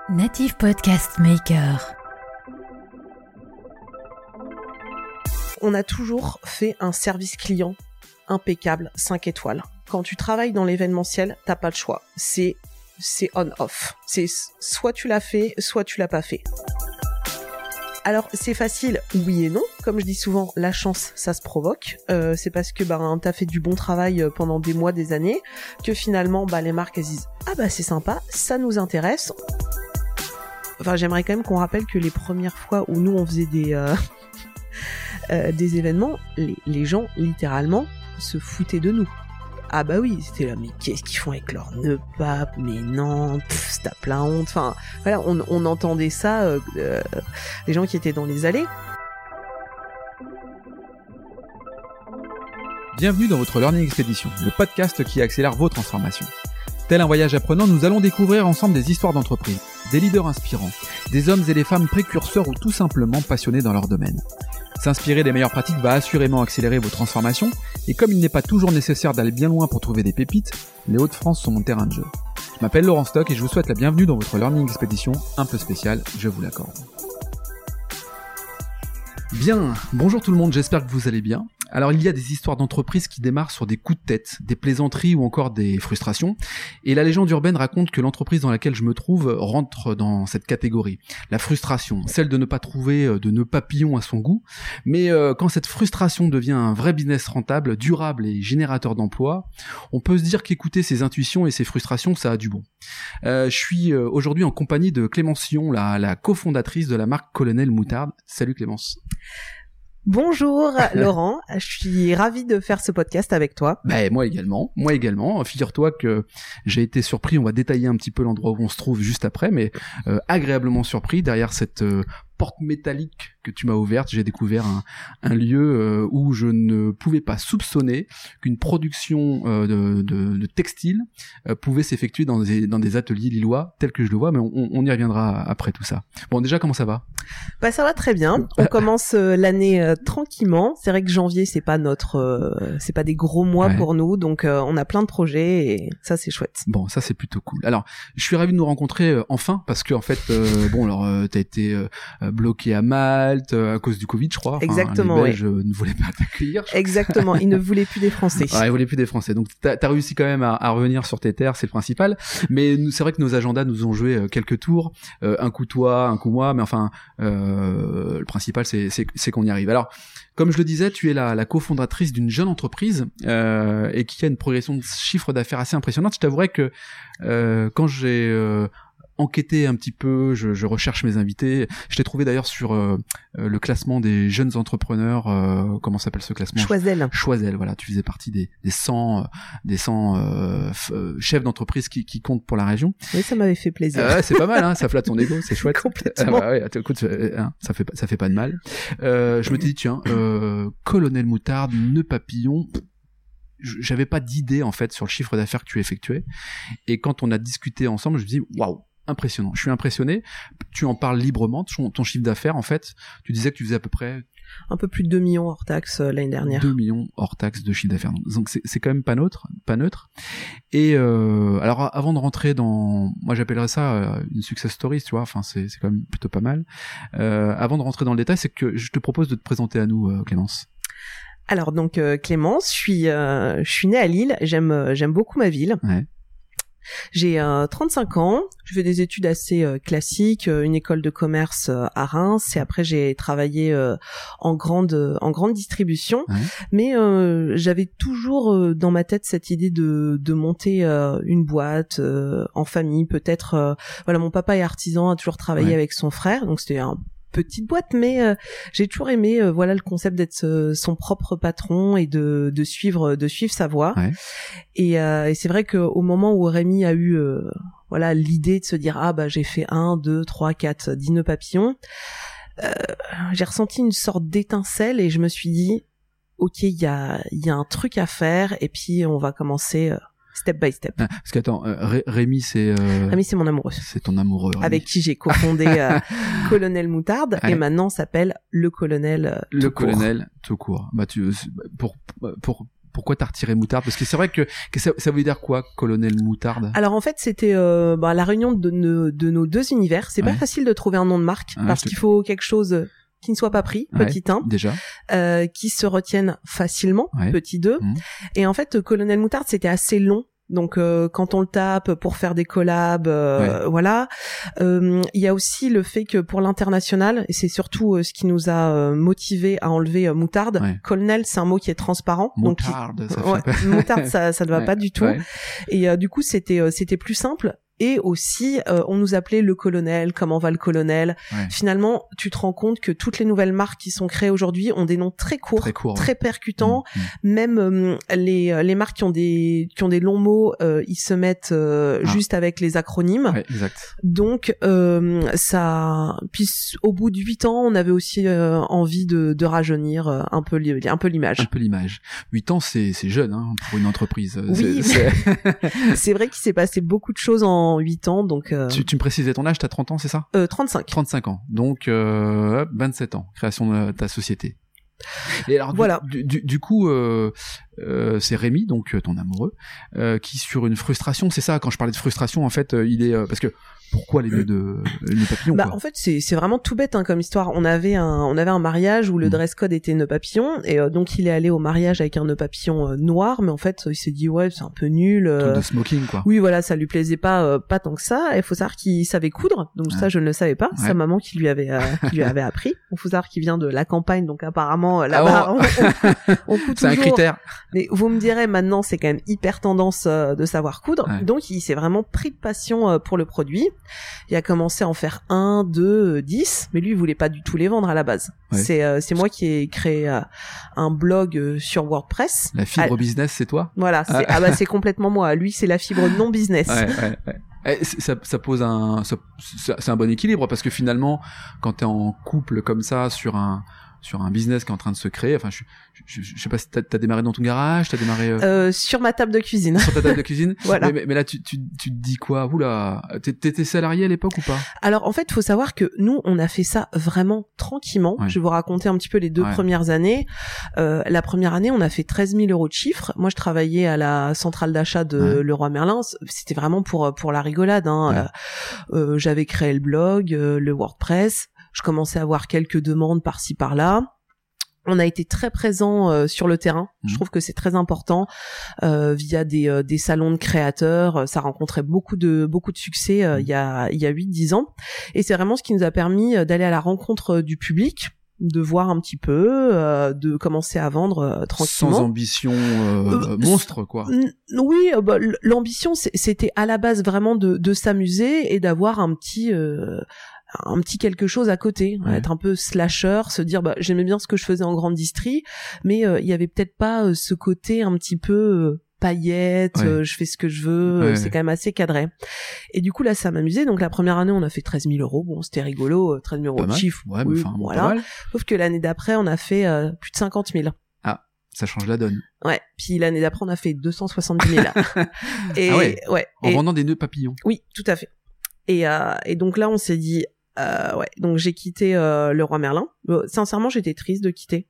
Native Podcast Maker. On a toujours fait un service client impeccable, 5 étoiles. Quand tu travailles dans l'événementiel, t'as pas le choix. C'est on-off. C'est soit tu l'as fait, soit tu l'as pas fait. Alors, c'est facile, oui et non. Comme je dis souvent, la chance, ça se provoque. C'est parce que t'as fait du bon travail pendant des mois, des années, que finalement, les marques, elles disent « Ah c'est sympa, ça nous intéresse ». Enfin, j'aimerais quand même qu'on rappelle que les premières fois où nous, on faisait des événements, les gens, littéralement, se foutaient de nous. Ah oui, c'était là, mais qu'est-ce qu'ils font avec leur nœud pape? Mais non, t'as plein honte. Enfin, voilà, on entendait ça, les gens qui étaient dans les allées. Bienvenue dans votre Learning Expedition, le podcast qui accélère vos transformations. Tel un voyage apprenant, nous allons découvrir ensemble des histoires d'entreprise, des leaders inspirants, des hommes et des femmes précurseurs ou tout simplement passionnés dans leur domaine. S'inspirer des meilleures pratiques va assurément accélérer vos transformations, et comme il n'est pas toujours nécessaire d'aller bien loin pour trouver des pépites, les Hauts-de-France sont mon terrain de jeu. Je m'appelle Laurent Stock et je vous souhaite la bienvenue dans votre Learning Expedition un peu spéciale, je vous l'accorde. Bien, bonjour tout le monde, j'espère que vous allez bien. Alors il y a des histoires d'entreprises qui démarrent sur des coups de tête, des plaisanteries ou encore des frustrations. Et la légende urbaine raconte que l'entreprise dans laquelle je me trouve rentre dans cette catégorie. La frustration, celle de ne pas trouver de nœud papillon à son goût. Mais quand cette frustration devient un vrai business rentable, durable et générateur d'emplois, on peut se dire qu'écouter ses intuitions et ses frustrations, ça a du bon. Je suis aujourd'hui en compagnie de Clémence Sillon, la cofondatrice de la marque Colonel Moutarde. Salut Clémence. Bonjour Laurent, je suis ravie de faire ce podcast avec toi. Moi également. Figure-toi que j'ai été surpris, on va détailler un petit peu l'endroit où on se trouve juste après, mais agréablement surpris derrière cette porte métallique que tu m'as ouverte. J'ai découvert un lieu où je ne pouvais pas soupçonner qu'une production de textile pouvait s'effectuer dans des ateliers lillois tels que je le vois, mais on y reviendra après tout ça. Bon, déjà, comment ça va ? Ça va très bien. On commence l'année tranquillement. C'est vrai que janvier, c'est pas des gros mois pour nous, donc on a plein de projets et ça, c'est chouette. Bon, ça, c'est plutôt cool. Alors, je suis ravi de nous rencontrer enfin, parce que en fait, t'as été bloqué à Malte à cause du Covid, je crois. Enfin, exactement. Les Belges ne voulaient pas t'accueillir. Exactement. Ils ne voulaient plus des Français. Ils voulaient plus des Français. Donc t'as réussi quand même à revenir sur tes terres, c'est le principal. Mais c'est vrai que nos agendas nous ont joué quelques tours, un coup toi, un coup moi. Mais enfin, le principal c'est qu'on y arrive. Alors, comme je le disais, tu es la cofondatrice d'une jeune entreprise et qui a une progression de chiffre d'affaires assez impressionnante. Je t'avouerais que quand j'ai enquêter un petit peu, je recherche mes invités. Je t'ai trouvé d'ailleurs sur le classement des jeunes entrepreneurs, comment s'appelle ce classement ? Choiseul, voilà, tu faisais partie des 100 chefs d'entreprise qui comptent pour la région. Oui, ça m'avait fait plaisir. C'est pas mal, ça flatte ton ego, c'est chouette. Complètement. Écoute, ça fait pas de mal. Je me dis tiens, Colonel Moutarde, nœud papillon. J'avais pas d'idée en fait sur le chiffre d'affaires que tu effectuais. Et quand on a discuté ensemble, je me dis waouh. Impressionnant. Je suis impressionné. Tu en parles librement, ton chiffre d'affaires, en fait. Tu disais que tu faisais à peu près... un peu plus de 2 millions hors taxes l'année dernière. 2 millions hors taxes de chiffre d'affaires. Donc c'est quand même pas neutre. Et alors avant de rentrer dans... Moi j'appellerais ça une success story, tu vois. Enfin c'est quand même plutôt pas mal. Avant de rentrer dans le détail, c'est que je te propose de te présenter à nous, Clémence. Alors donc Clémence, je suis née à Lille. J'aime beaucoup ma ville. Ouais. J'ai 35 ans, je fais des études assez classiques, une école de commerce à Reims, et après j'ai travaillé en grande distribution, mais j'avais toujours dans ma tête cette idée de monter une boîte en famille, peut-être. Voilà, mon papa est artisan, a toujours travaillé avec son frère, donc c'était un petite boîte, mais j'ai toujours aimé le concept d'être son propre patron et de suivre sa voie. Et c'est vrai que au moment où Rémi a eu l'idée de se dire j'ai fait 1, 2, 3, 4 10 nœuds papillons, j'ai ressenti une sorte d'étincelle et je me suis dit ok, il y a un truc à faire et puis on va commencer step by step. Parce qu'attends, Rémi, c'est... Rémi, c'est mon amoureux. C'est ton amoureux, Rémi. Avec qui j'ai cofondé Colonel Moutarde, et maintenant s'appelle le Colonel tout court. Le Colonel tout court. Pour Pourquoi t'as retiré moutarde? Parce que c'est vrai que ça veut dire quoi, Colonel Moutarde? Alors en fait, c'était la réunion de nos deux univers. C'est pas facile de trouver un nom de marque parce qu'il faut quelque chose qui ne soit pas pris, petit 1, déjà, qui se retienne facilement, petit 2. Et en fait, Colonel Moutarde, c'était assez long. Donc quand on le tape pour faire des collabs, voilà. Il y a aussi le fait que pour l'international, et c'est surtout ce qui nous a motivé à enlever moutarde. Colonel, c'est un mot qui est transparent. Moutarde, donc moutarde, ça ne va pas du tout. Et du coup, c'était plus simple. Et aussi, on nous appelait le colonel, comment va le colonel. Finalement, tu te rends compte que toutes les nouvelles marques qui sont créées aujourd'hui ont des noms très courts, très percutants. Même les marques qui ont des longs mots, ils se mettent juste avec les acronymes. Exact. Donc ça. Puis au bout de 8 ans, on avait aussi envie de rajeunir un peu l'image. 8 ans, c'est jeune hein, pour une entreprise. Oui. C'est vrai qu'il s'est passé beaucoup de choses en 8 ans, donc... Tu me précisais ton âge, t'as 30 ans, c'est ça? 35. 35 ans. Donc, 27 ans, création de ta société. Et alors, voilà. Du coup, c'est Rémi, donc ton amoureux, qui sur une frustration, c'est ça, quand je parlais de frustration, en fait, il est... parce que, pourquoi les nœuds papillons, quoi? En fait, c'est vraiment tout bête, hein, comme histoire. On avait un mariage où le dress code était nœud papillon, et donc il est allé au mariage avec un nœud papillon noir, mais en fait, il s'est dit, ouais, c'est un peu nul. Truc de smoking, quoi. Oui, voilà, ça lui plaisait pas tant que ça. Il faut savoir qu'il savait coudre, donc ça, je ne le savais pas. Sa maman qui lui avait appris. Il faut savoir qu'il vient de la campagne, donc apparemment, là-bas, on coud toujours. C'est un critère. Mais vous me direz, maintenant, c'est quand même hyper tendance de savoir coudre. Donc, il s'est vraiment pris de passion pour le produit. Il a commencé à en faire 1, 2, 10, mais lui, il voulait pas du tout les vendre à la base. C'est moi qui ai créé un blog sur WordPress. La fibre business, c'est toi? Voilà, c'est complètement moi. Lui, c'est la fibre non business. Ça pose c'est un bon équilibre parce que finalement, quand t'es en couple comme ça sur un business qui est en train de se créer, enfin, je sais pas si t'as démarré dans ton garage, t'as démarré sur ma table de cuisine. Sur ta table de cuisine. Voilà. Mais là, tu te dis quoi? Oula, t'étais salarié à l'époque ou pas? Alors, en fait, faut savoir que nous, on a fait ça vraiment tranquillement. Je vais vous raconter un petit peu les 2 premières années. La première année, on a fait 13 000 euros de chiffre. Moi, je travaillais à la centrale d'achat de Leroy Merlin. C'était vraiment pour la rigolade, hein. J'avais créé le blog, le WordPress. Je commençais à avoir quelques demandes par-ci par-là. On a été très présent sur le terrain. Je trouve que c'est très important via des salons de créateurs. Ça rencontrait beaucoup de succès il y a 8-10 ans. Et c'est vraiment ce qui nous a permis d'aller à la rencontre du public, de voir un petit peu, de commencer à vendre tranquillement. Sans ambition monstre, quoi. Oui, l'ambition, c'était à la base vraiment de s'amuser et d'avoir un petit quelque chose à côté, être un peu slasher, se dire j'aimais bien ce que je faisais en grande distri, mais il y avait peut-être pas ce côté un petit peu paillettes, je fais ce que je veux, c'est quand même assez cadré. Et du coup là ça m'amusait, donc la première année on a fait 13 000 euros, bon c'était rigolo, 13 000 euros de chiffre, voilà. Sauf que l'année d'après on a fait plus de 50 000. Ah, ça change la donne. Ouais, puis l'année d'après on a fait 270 000. Et en vendant des nœuds papillons. Oui, tout à fait. Et donc là on s'est dit donc j'ai quitté Leroy Merlin. Sincèrement, j'étais triste de quitter.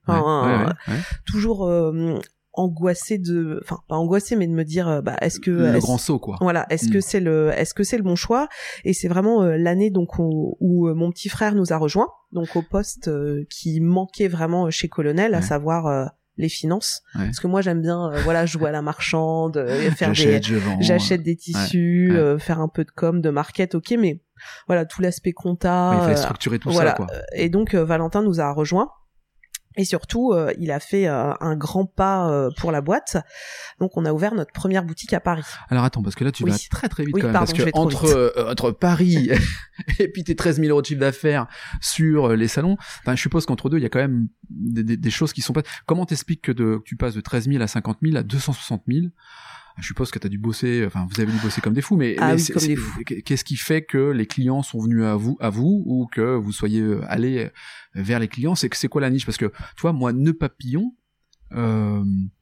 Toujours angoissée pas angoissée, mais de me dire est-ce que grand saut, quoi. Voilà, est-ce que c'est le bon choix? Et c'est vraiment l'année donc où mon petit frère nous a rejoint, donc au poste qui manquait vraiment chez Colonel, à savoir les finances, parce que moi j'aime bien jouer à la marchande, faire j'achète des tissus, faire un peu de com, de market, ok, mais voilà, tout l'aspect compta, il fallait structurer tout ça, quoi. Et donc Valentin nous a rejoint. Et surtout, il a fait un grand pas pour la boîte. Donc, on a ouvert notre première boutique à Paris. Alors, attends, parce que là, tu vas très très vite quand même. Pardon, parce que entre Paris et puis tes 13 000 euros de chiffre d'affaires sur les salons, je suppose qu'entre deux, il y a quand même des choses qui sont pas... Comment t'expliques que tu passes de 13 000 à 50 000 à 260 000? Je suppose que t'as dû bosser, vous avez dû bosser comme des fous, mais comme des fous. Qu'est-ce qui fait que les clients sont venus à vous, ou que vous soyez allés vers les clients? C'est quoi la niche? Parce que, tu vois, moi, nœud papillon,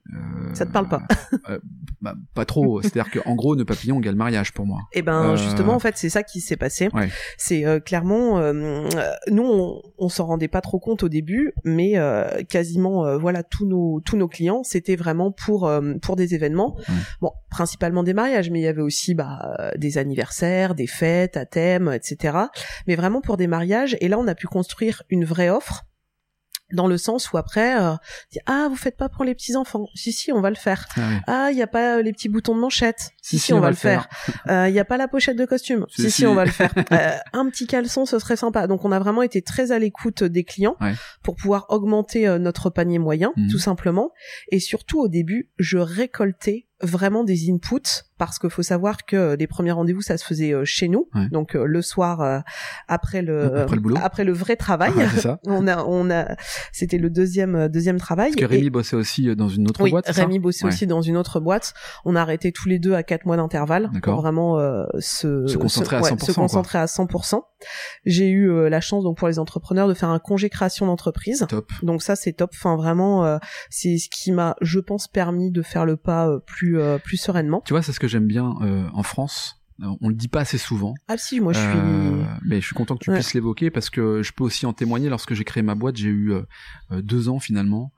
Ça te parle pas? Pas trop. C'est-à-dire que en gros, nœud papillon égale mariage pour moi. Et justement, en fait, c'est ça qui s'est passé. Ouais. C'est clairement, nous, on s'en rendait pas trop compte au début, mais quasiment, voilà, tous nos clients, c'était vraiment pour des événements. Ouais. Bon, principalement des mariages, mais il y avait aussi des anniversaires, des fêtes à thème, etc. Mais vraiment pour des mariages. Et là, on a pu construire une vraie offre. Dans le sens où après, vous faites pas pour les petits enfants. Si, on va le faire. Il y a pas les petits boutons de manchette. Si, on va le faire. Il y a pas la pochette de costume. Si, on va le faire. Un petit caleçon, ce serait sympa. Donc, on a vraiment été très à l'écoute des clients pour pouvoir augmenter notre panier moyen, tout simplement. Et surtout, au début, je récoltais vraiment des inputs, parce qu'il faut savoir que les premiers rendez-vous, ça se faisait chez nous, donc le soir après le vrai travail. C'est ça. C'était le deuxième travail. Parce que Rémi bossait aussi dans une autre boîte. Rémi bossait aussi dans une autre boîte. On a arrêté tous les deux à 4 mois d'intervalle pour vraiment se concentrer à 100%. Se concentrer à 100%. J'ai eu la chance, donc pour les entrepreneurs, de faire un congé création d'entreprise. Top. Donc ça, c'est top. Enfin, vraiment, c'est ce qui m'a, je pense, permis de faire le pas plus sereinement. Tu vois, c'est ce que j'aime bien en France. On le dit pas assez souvent. Ah si, moi je suis... Mais je suis content que tu puisses l'évoquer, parce que je peux aussi en témoigner. Lorsque j'ai créé ma boîte, j'ai eu 2 ans finalement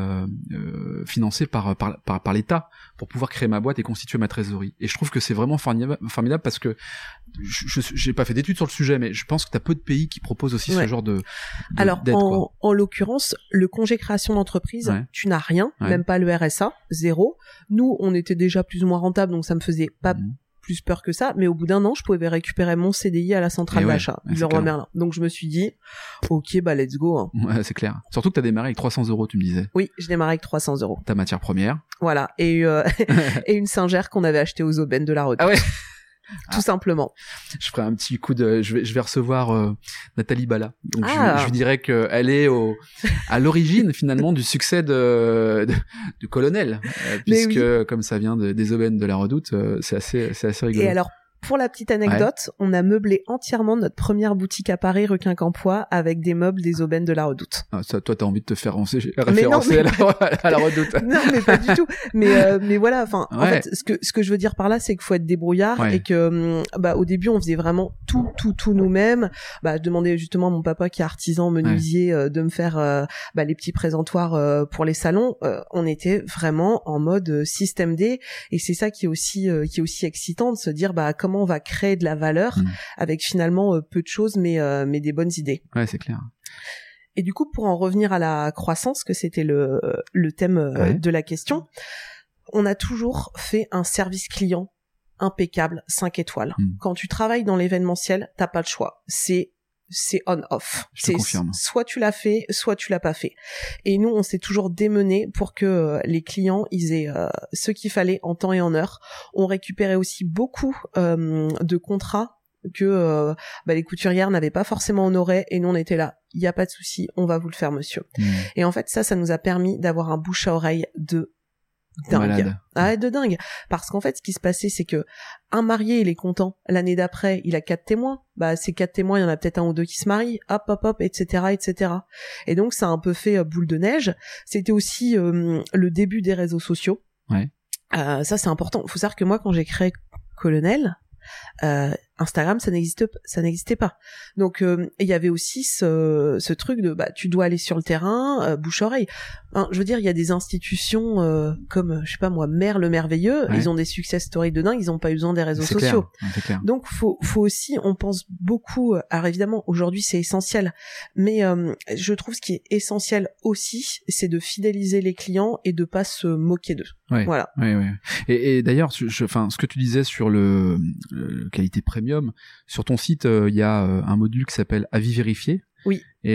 financé par l'État pour pouvoir créer ma boîte et constituer ma trésorerie. Et je trouve que c'est vraiment formidable parce que j'ai pas fait d'études sur le sujet, mais je pense que t'as peu de pays qui proposent aussi ce genre de Alors d'aide, en l'occurrence, le congé création d'entreprise, tu n'as rien, même pas le RSA, 0. Nous, on était déjà plus ou moins rentable, donc ça me faisait pas plus peur que ça, mais au bout d'un an, je pouvais récupérer mon CDI à la centrale d'achat de Leroy Merlin. Donc je me suis dit, ok, let's go. Hein. Ouais, c'est clair. Surtout que t'as démarré avec 300 €, tu me disais. Oui, je démarrais avec 300 €. Ta matière première. Voilà, et une singère qu'on avait achetée aux aubaines de la Redoute. Ah ouais. Tout simplement. Je ferai un petit coup de, je vais recevoir Nathalie Bala. Donc je lui dirais que elle est à l'origine finalement du succès du colonel, puisque comme ça vient des aubaines de la Redoute, c'est assez rigolo. Et alors, pour la petite anecdote, on a meublé entièrement notre première boutique à Paris, rue Quincampoix, avec des meubles des aubaines de la Redoute. Ah, ça, toi, t'as envie de te faire référencer à la Redoute. Non, mais pas du tout. Mais voilà, enfin, en fait, ce que je veux dire par là, c'est qu'il faut être débrouillard et que, au début, on faisait vraiment tout nous-mêmes. Je demandais justement à mon papa qui est artisan menuisier de me faire les petits présentoirs pour les salons. On était vraiment en mode système D, et c'est ça qui est aussi excitant, de se dire comment on va créer de la valeur avec finalement peu de choses, mais des bonnes idées. Ouais, c'est clair. Et du coup, pour en revenir à la croissance, que c'était le thème de la question, on a toujours fait un service client impeccable, 5 étoiles. Quand tu travailles dans l'événementiel, t'as pas le choix. C'est on-off. Je te confirme. Soit tu l'as fait, soit tu l'as pas fait. Et nous, on s'est toujours démené pour que les clients, ils aient ce qu'il fallait en temps et en heure. On récupérait aussi beaucoup de contrats que les couturières n'avaient pas forcément honoré, et nous on était là, il y a pas de souci, on va vous le faire, monsieur. Et en fait, ça nous a permis d'avoir un bouche à oreille de dingue. De dingue. Parce qu'en fait, ce qui se passait, c'est que un marié, il est content. L'année d'après, il a 4 témoins. Ces 4 témoins, il y en a peut-être 1 ou 2 qui se marient. Hop, etc. Et donc, ça a un peu fait boule de neige. C'était aussi le début des réseaux sociaux. Ouais. Ça, c'est important. Il faut savoir que moi, quand j'ai créé Colonel, Instagram, ça n'existait pas. Donc il y avait aussi ce truc de tu dois aller sur le terrain, bouche-oreille. Je veux dire, il y a des institutions comme, je sais pas moi, Mère le Merveilleux, ils ont des success stories de dingue, ils ont pas eu besoin des réseaux sociaux. C'est clair. Donc faut aussi, on pense beaucoup, alors évidemment aujourd'hui c'est essentiel, mais je trouve ce qui est essentiel aussi, c'est de fidéliser les clients et de pas se moquer d'eux. Ouais. Voilà. Ouais. Et d'ailleurs, ce que tu disais sur le qualité premium, sur ton site, il y a un module qui s'appelle avis vérifié. Oui. Et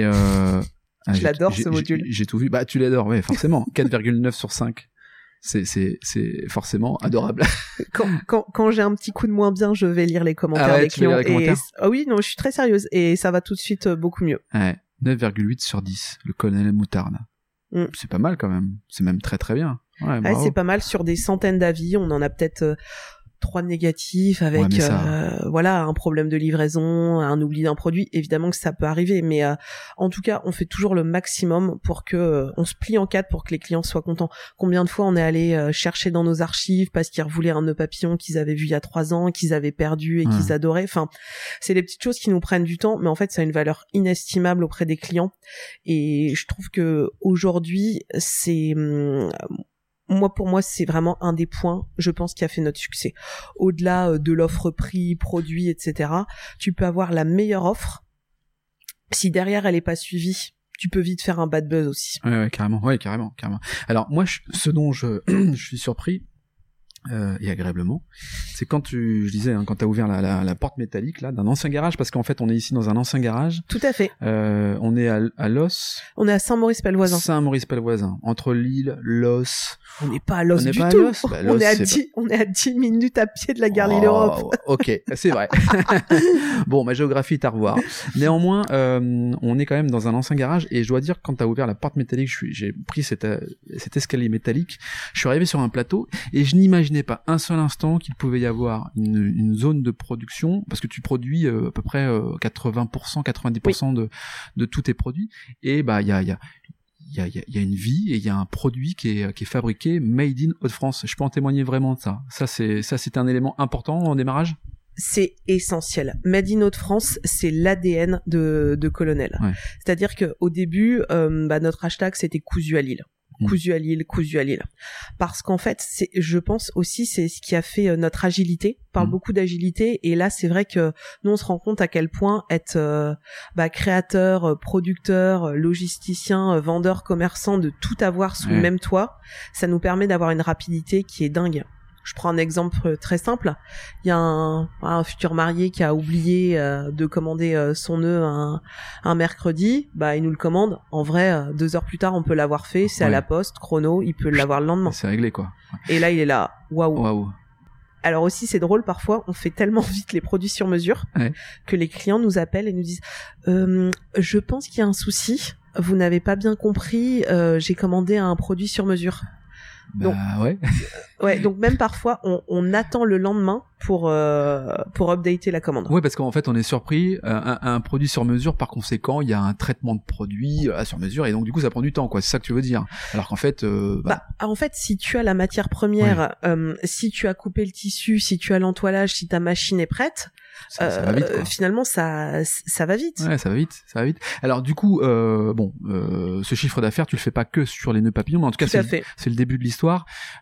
je l'adore, ce module. J'ai tout vu. Tu l'adores, ouais, forcément. 4,9 sur 5. C'est forcément adorable. Quand j'ai un petit coup de moins bien, je vais lire les commentaires des clients. Oui, non, je suis très sérieuse, et ça va tout de suite beaucoup mieux. Ouais. 9,8 sur 10. Le colonel Moutarde. C'est pas mal quand même. C'est même très très bien. Ouais, c'est pas mal sur des centaines d'avis. On en a peut-être 3 négatifs avec voilà, un problème de livraison, un oubli d'un produit, évidemment que ça peut arriver, mais en tout cas on fait toujours le maximum pour que on se plie en 4 pour que les clients soient contents. Combien de fois on est allé chercher dans nos archives parce qu'ils voulaient un nœud papillon qu'ils avaient vu il y a 3 ans, qu'ils avaient perdu et qu'ils adoraient. Enfin, c'est des petites choses qui nous prennent du temps, mais en fait ça a une valeur inestimable auprès des clients, et je trouve que aujourd'hui c'est pour moi, c'est vraiment un des points, je pense, qui a fait notre succès. Au-delà de l'offre prix, produit, etc., tu peux avoir la meilleure offre. Si derrière, elle est pas suivie, tu peux vite faire un bad buzz aussi. Ouais, carrément. Alors, moi, ce dont je suis surpris, et agréablement, c'est quand je disais, quand t'as ouvert la porte métallique là d'un ancien garage, parce qu'en fait on est ici dans un ancien garage. Tout à fait. On est à Los. On est à Saint-Maurice-Pelvoisin. Saint-Maurice-Pelvoisin, entre Lille, Los. On n'est pas à Los du tout. Bah, on est à 10 minutes à pied de la gare Lille-Europe. Ok, c'est vrai. Bon, ma géographie est à revoir. Néanmoins, on est quand même dans un ancien garage, et je dois dire, quand t'as ouvert la porte métallique, j'ai pris cet escalier métallique, je suis arrivé sur un plateau et je n'imaginais pas un seul instant qu'il pouvait y avoir une zone de production, parce que tu produis à peu près 80%, 90% de tous tes produits, et bah il y a une vie, et il y a un produit qui est fabriqué made in Hauts-de-France. Je peux en témoigner vraiment de ça. Ça c'est un élément important en démarrage. C'est essentiel. Made in Hauts-de-France, c'est l'ADN de Colonel. Ouais. C'est-à-dire que au début, notre hashtag c'était cousu à Lille. Cousu à Lille. Parce qu'en fait, je pense aussi, c'est ce qui a fait notre agilité. On parle beaucoup d'agilité, et là, c'est vrai que nous, on se rend compte à quel point être créateur, producteur, logisticien, vendeur, commerçant, de tout avoir sous le même toit, ça nous permet d'avoir une rapidité qui est dingue. Je prends un exemple très simple. Il y a un futur marié qui a oublié de commander son nœud un mercredi. Bah, il nous le commande. En vrai, 2 heures plus tard, on peut l'avoir fait. C'est à la poste, chrono. Il peut l'avoir le lendemain. C'est réglé, quoi. Et là, il est là. Waouh. Alors aussi, c'est drôle, parfois, on fait tellement vite les produits sur mesure que les clients nous appellent et nous disent je pense qu'il y a un souci. Vous n'avez pas bien compris. J'ai commandé un produit sur mesure. Donc, donc même parfois on attend le lendemain pour updater la commande. Ouais, parce qu'en fait on est surpris, un produit sur mesure, par conséquent il y a un traitement de produit sur mesure, et donc du coup ça prend du temps, quoi. C'est ça que tu veux dire. Alors qu'en fait en fait, si tu as la matière première, si tu as coupé le tissu, si tu as l'entoilage, si ta machine est prête, ça va vite, quoi. Finalement ça va vite. Ouais, ça va vite. Alors du coup ce chiffre d'affaires, tu le fais pas que sur les nœuds papillons, mais en tout cas c'est le début de l'histoire.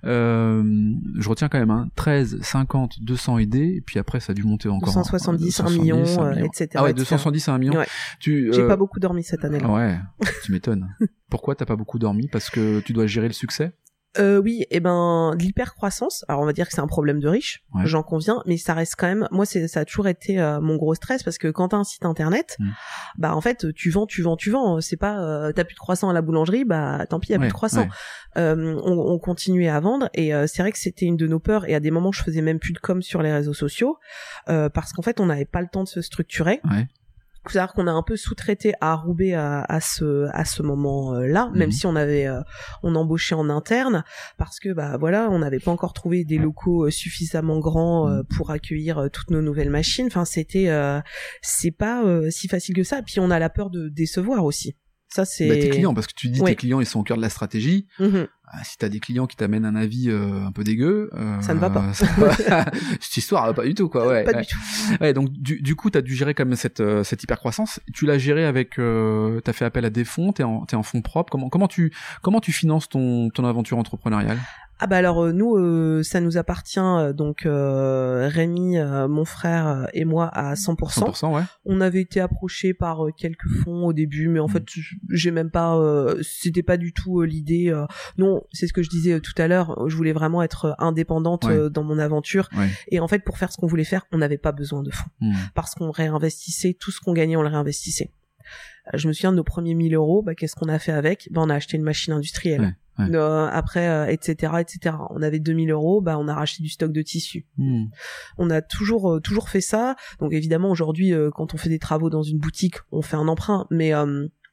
Je retiens quand même 13, 50, 200 idées, et puis après ça a dû monter encore 270, 1 million, etc. Ah ouais, 270 à 1 million. Ouais. J'ai pas beaucoup dormi cette année-là. Ouais, tu m'étonnes. Pourquoi t'as pas beaucoup dormi? Parce que tu dois gérer le succès? Oui, de l'hypercroissance. Alors on va dire que c'est un problème de riche, j'en conviens, mais ça reste quand même, moi ça a toujours été mon gros stress, parce que quand t'as un site internet, en fait tu vends, c'est pas t'as plus de croissants à la boulangerie, tant pis, y a plus de croissants. On continuait à vendre, et c'est vrai que c'était une de nos peurs, et à des moments je faisais même plus de com sur les réseaux sociaux, parce qu'en fait on n'avait pas le temps de se structurer. Faut savoir qu'on a un peu sous-traité à Roubaix à ce moment-là, même si on embauchait en interne, parce que on n'avait pas encore trouvé des locaux suffisamment grands pour accueillir toutes nos nouvelles machines. Enfin, c'est pas si facile que ça. Et puis on a la peur de décevoir aussi. Ça, c'est tes clients, parce que tu dis tes clients ils sont au cœur de la stratégie. Si t'as des clients qui t'amènent un avis un peu dégueu, ça ne va pas. Cette histoire pas du tout, quoi. Pas du tout. Ouais, donc du coup t'as dû gérer quand même cette hypercroissance. Tu l'as géré avec t'as fait appel à des fonds, t'es en fonds propres. Comment tu finances ton aventure entrepreneuriale? Alors nous ça nous appartient, donc Rémi, mon frère et moi à 100%. 100%, ouais. On avait été approchés par quelques fonds au début, mais en fait j'ai même pas c'était pas du tout l'idée. Non, c'est ce que je disais tout à l'heure, je voulais vraiment être indépendante dans mon aventure, et en fait pour faire ce qu'on voulait faire, on n'avait pas besoin de fonds, parce qu'on réinvestissait tout ce qu'on gagnait, on le réinvestissait. Je me souviens de nos premiers 1 000 euros, qu'est-ce qu'on a fait avec? On a acheté une machine industrielle. Après, etc. On avait 2 000 euros, on a racheté du stock de tissu. On a toujours fait ça. Donc évidemment, aujourd'hui, quand on fait des travaux dans une boutique, on fait un emprunt, mais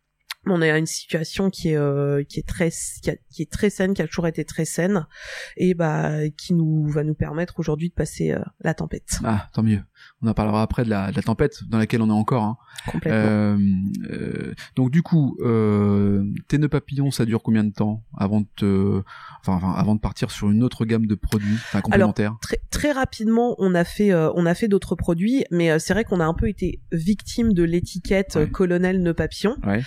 On a une situation qui est très saine, qui a toujours été très saine, et qui va nous permettre aujourd'hui de passer la tempête. Ah, tant mieux. On en parlera après de la tempête dans laquelle on est encore. Hein. Complètement. Donc du coup, tes nœuds papillons, ça dure combien de temps avant de partir sur une autre gamme de produits, complémentaires? Alors, très rapidement, on a fait d'autres produits, mais c'est vrai qu'on a un peu été victime de l'étiquette Colonel nœud papillon. Ouais.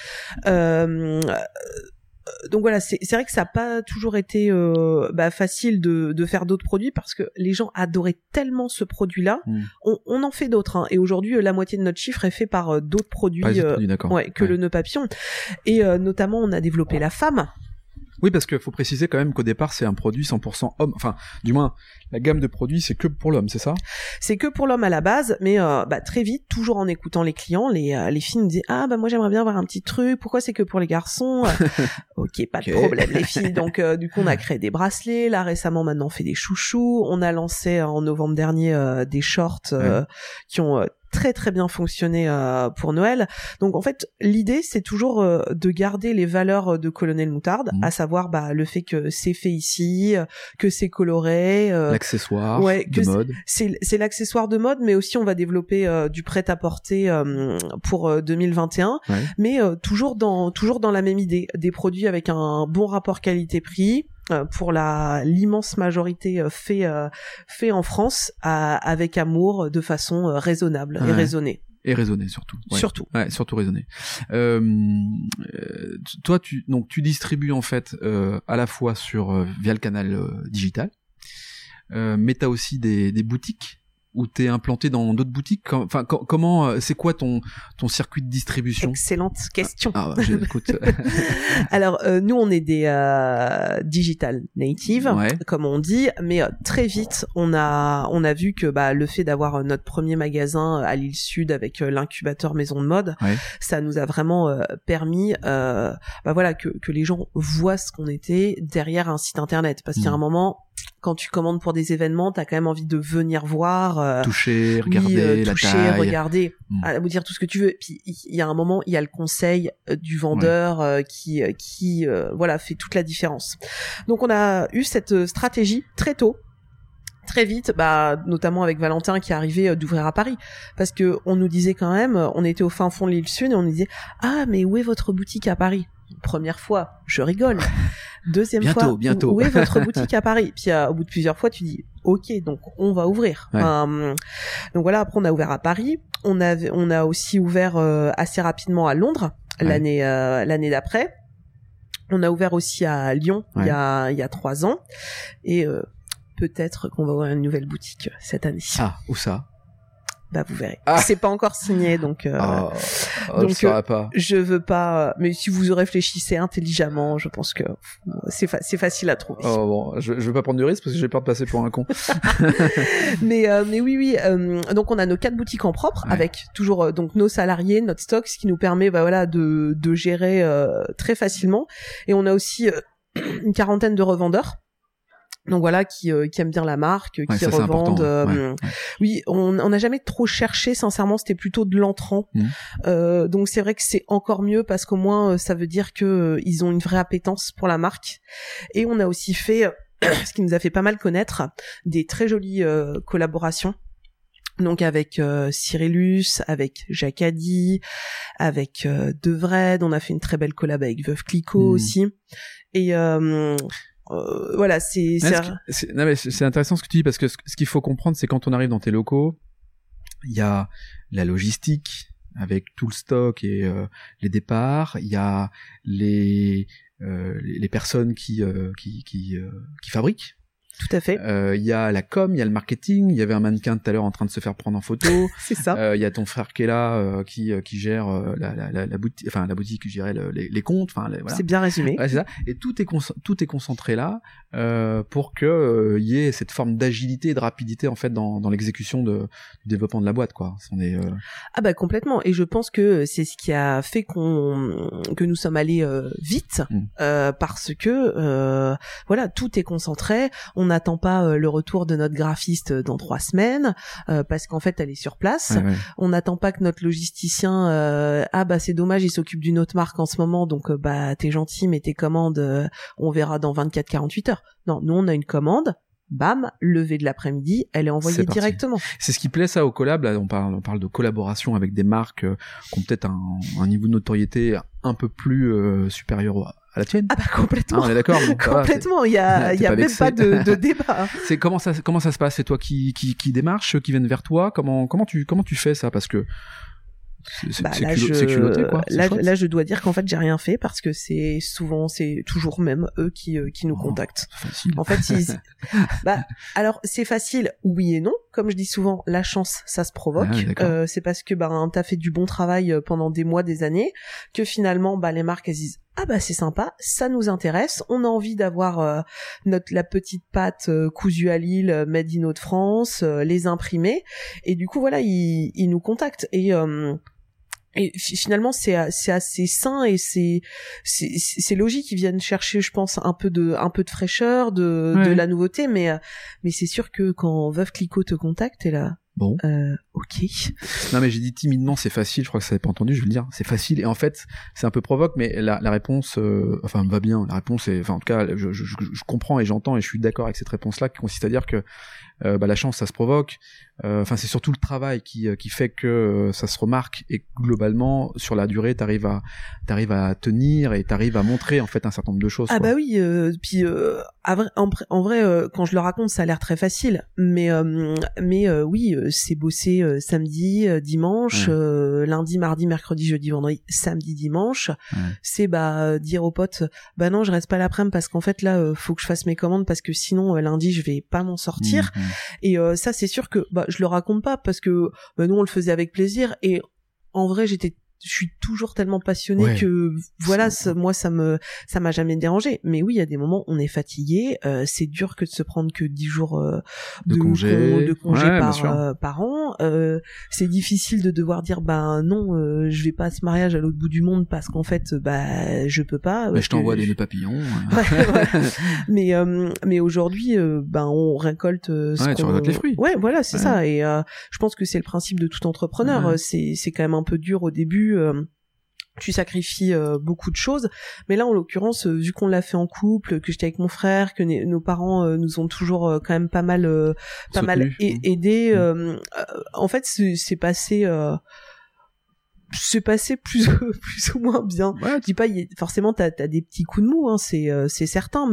Donc voilà, c'est vrai que ça n'a pas toujours été facile de faire d'autres produits parce que les gens adoraient tellement ce produit-là. On en fait d'autres, hein, et aujourd'hui la moitié de notre chiffre est fait par d'autres produits, le nœud papillon. Et notamment on a développé la femme. Oui, parce qu'il faut préciser quand même qu'au départ, c'est un produit 100% homme. Enfin, du moins, la gamme de produits, c'est que pour l'homme, c'est ça? C'est que pour l'homme à la base, mais très vite, toujours en écoutant les clients, les filles nous disaient « Ah, moi j'aimerais bien avoir un petit truc, pourquoi c'est que pour les garçons ?» Ok, pas de problème les filles. Donc du coup, on a créé des bracelets. Là, récemment, maintenant, on fait des chouchous. On a lancé en novembre dernier des shorts qui ont très très bien fonctionné pour Noël. Donc en fait, l'idée c'est toujours de garder les valeurs de Colonel Moutarde, à savoir le fait que c'est fait ici, que c'est coloré, l'accessoire de mode. C'est l'accessoire de mode, mais aussi on va développer du prêt-à-porter pour 2021, mais toujours dans la même idée, des produits avec un bon rapport qualité-prix. Pour l'immense majorité fait en France avec amour, de façon raisonnable et raisonnée. Et raisonner surtout. Surtout. Ouais, surtout raisonner. Toi, tu distribues en fait à la fois via le canal digital, mais t'as aussi des boutiques où t'es implanté dans d'autres boutiques. Comment, c'est quoi ton circuit de distribution? Excellente question. J'écoute. Alors nous on est des digital native, comme on dit, mais très vite on a vu que le fait d'avoir notre premier magasin à l'île Sud avec l'incubateur maison de mode, ça nous a vraiment permis que les gens voient ce qu'on était derrière un site internet, parce qu'il y a un moment, quand tu commandes pour des événements, t'as quand même envie de venir voir, toucher, regarder la taille, regarder, vous dire tout ce que tu veux. Puis il y a un moment, il y a le conseil du vendeur qui fait toute la différence. Donc on a eu cette stratégie très tôt. Très vite, notamment avec Valentin qui est arrivé d'ouvrir à Paris, parce que on nous disait quand même, on était au fin fond de l'île Sud et on nous disait mais où est votre boutique à Paris? Première fois, je rigole. Deuxième fois, bientôt. Où est votre boutique à Paris? Puis au bout de plusieurs fois, tu dis ok, donc on va ouvrir. Donc voilà, après on a ouvert à Paris, on a aussi ouvert assez rapidement à Londres l'année d'après. On a ouvert aussi à Lyon il y a 3 ans, et peut-être qu'on va ouvrir une nouvelle boutique cette année. Ah, où ça? Vous verrez. C'est pas encore signé, donc je saurais pas. Je veux pas, mais si vous réfléchissez intelligemment, je pense que c'est facile à trouver. Je veux pas prendre du risque parce que j'ai peur de passer pour un con. mais oui, donc on a nos 4 boutiques en propre, avec toujours donc nos salariés, notre stock, ce qui nous permet de gérer très facilement, et on a aussi une 40aine de revendeurs. Donc voilà, qui aiment bien la marque, qui revendent. Oui, on n'a jamais trop cherché, sincèrement, c'était plutôt de l'entrant. Donc c'est vrai que c'est encore mieux, parce qu'au moins ça veut dire que ils ont une vraie appétence pour la marque. Et on a aussi fait, ce qui nous a fait pas mal connaître, des très jolies collaborations. Donc avec Cyrillus, avec Jacadi, avec Devred, on a fait une très belle collab avec Veuve Clicquot aussi. Et c'est intéressant ce que tu dis, parce que ce qu'il faut comprendre, c'est quand on arrive dans tes locaux, il y a la logistique avec tout le stock et les départs, il y a les personnes qui fabriquent. Tout à fait. Il y a la com, il y a le marketing, il y avait un mannequin tout à l'heure en train de se faire prendre en photo. C'est ça. Il y a ton frère qui est là, qui gère la boutique, enfin la boutique qui gérait les comptes, voilà. C'est bien résumé. Ouais, c'est ça. Et tout est concentré là pour que il y ait cette forme d'agilité et de rapidité en fait dans l'exécution du développement de la boîte, quoi. On est complètement. Et je pense que c'est ce qui a fait que nous sommes allés vite, parce que tout est concentré. On on n'attend pas le retour de notre graphiste dans 3 semaines parce qu'en fait elle est sur place. On n'attend pas que notre logisticien c'est dommage, il s'occupe d'une autre marque en ce moment, donc t'es gentil mais tes commandes on verra dans 24-48 heures. Non, nous on a une commande. Bam, lever de l'après-midi, elle est envoyée directement. C'est ce qui plaît ça au collab. Là, on parle de collaboration avec des marques qui ont peut-être un niveau de notoriété un peu plus supérieur à la tienne. Ah bah complètement. On est d'accord. Bon, complètement. Il y a même pas de débat. C'est comment ça se passe? C'est toi qui démarche, qui viennent vers toi. Comment tu fais ça? Parce que c'est culotté, quoi. Là, je dois dire qu'en fait, j'ai rien fait parce que c'est toujours même eux qui nous contactent. Facile. En fait, alors c'est facile, oui et non. Comme je dis souvent, la chance, ça se provoque. C'est parce que t'as fait du bon travail pendant des mois, des années, que finalement, les marques elles disent c'est sympa, ça nous intéresse, on a envie d'avoir la petite pâte cousue à Lille, made in Hauts-de-France, les imprimer, et du coup voilà, ils nous contactent et finalement c'est assez sain et c'est logique, ils viennent chercher je pense un peu de fraîcheur, de la nouveauté, mais c'est sûr que quand Veuve Clicquot te contacte, t'es là. Bon. Ok. Non mais j'ai dit timidement c'est facile, je crois que ça n'avait pas entendu, je vais le dire, c'est facile, et en fait c'est un peu provoque, mais la réponse me va bien, la réponse est, en tout cas je comprends et j'entends et je suis d'accord avec cette réponse là qui consiste à dire que la chance ça se provoque, c'est surtout le travail qui fait que ça se remarque, et globalement sur la durée t'arrives à tenir et t'arrives à montrer en fait un certain nombre de choses. Oui, puis en vrai quand je le raconte ça a l'air très facile, mais oui, c'est bosser samedi, dimanche, lundi, mardi, mercredi, jeudi, vendredi, samedi, dimanche. C'est dire aux potes non, je reste pas l'après-midi parce qu'en fait là faut que je fasse mes commandes parce que sinon lundi je vais pas m'en sortir. Et ça c'est sûr que je le raconte pas parce que nous on le faisait avec plaisir, et en vrai je suis toujours tellement passionnée que voilà, moi ça m'a jamais dérangé. Mais oui, il y a des moments où on est fatigué, c'est dur que de se prendre que 10 jours de congé par an. C'est difficile de devoir dire non, je vais pas à ce mariage à l'autre bout du monde parce qu'en fait je peux pas. Je t'envoie des nœuds papillons. Mais aujourd'hui on récolte tu récoltes les fruits. Ouais, voilà, c'est ça. Et je pense que c'est le principe de tout entrepreneur. C'est quand même un peu dur au début. Tu sacrifies beaucoup de choses, mais là en l'occurrence vu qu'on l'a fait en couple, que j'étais avec mon frère, que nos parents nous ont toujours quand même pas mal aidés, en fait c'est passé plus ou moins bien. Je dis pas forcément t'as des petits coups de mou, c'est certain,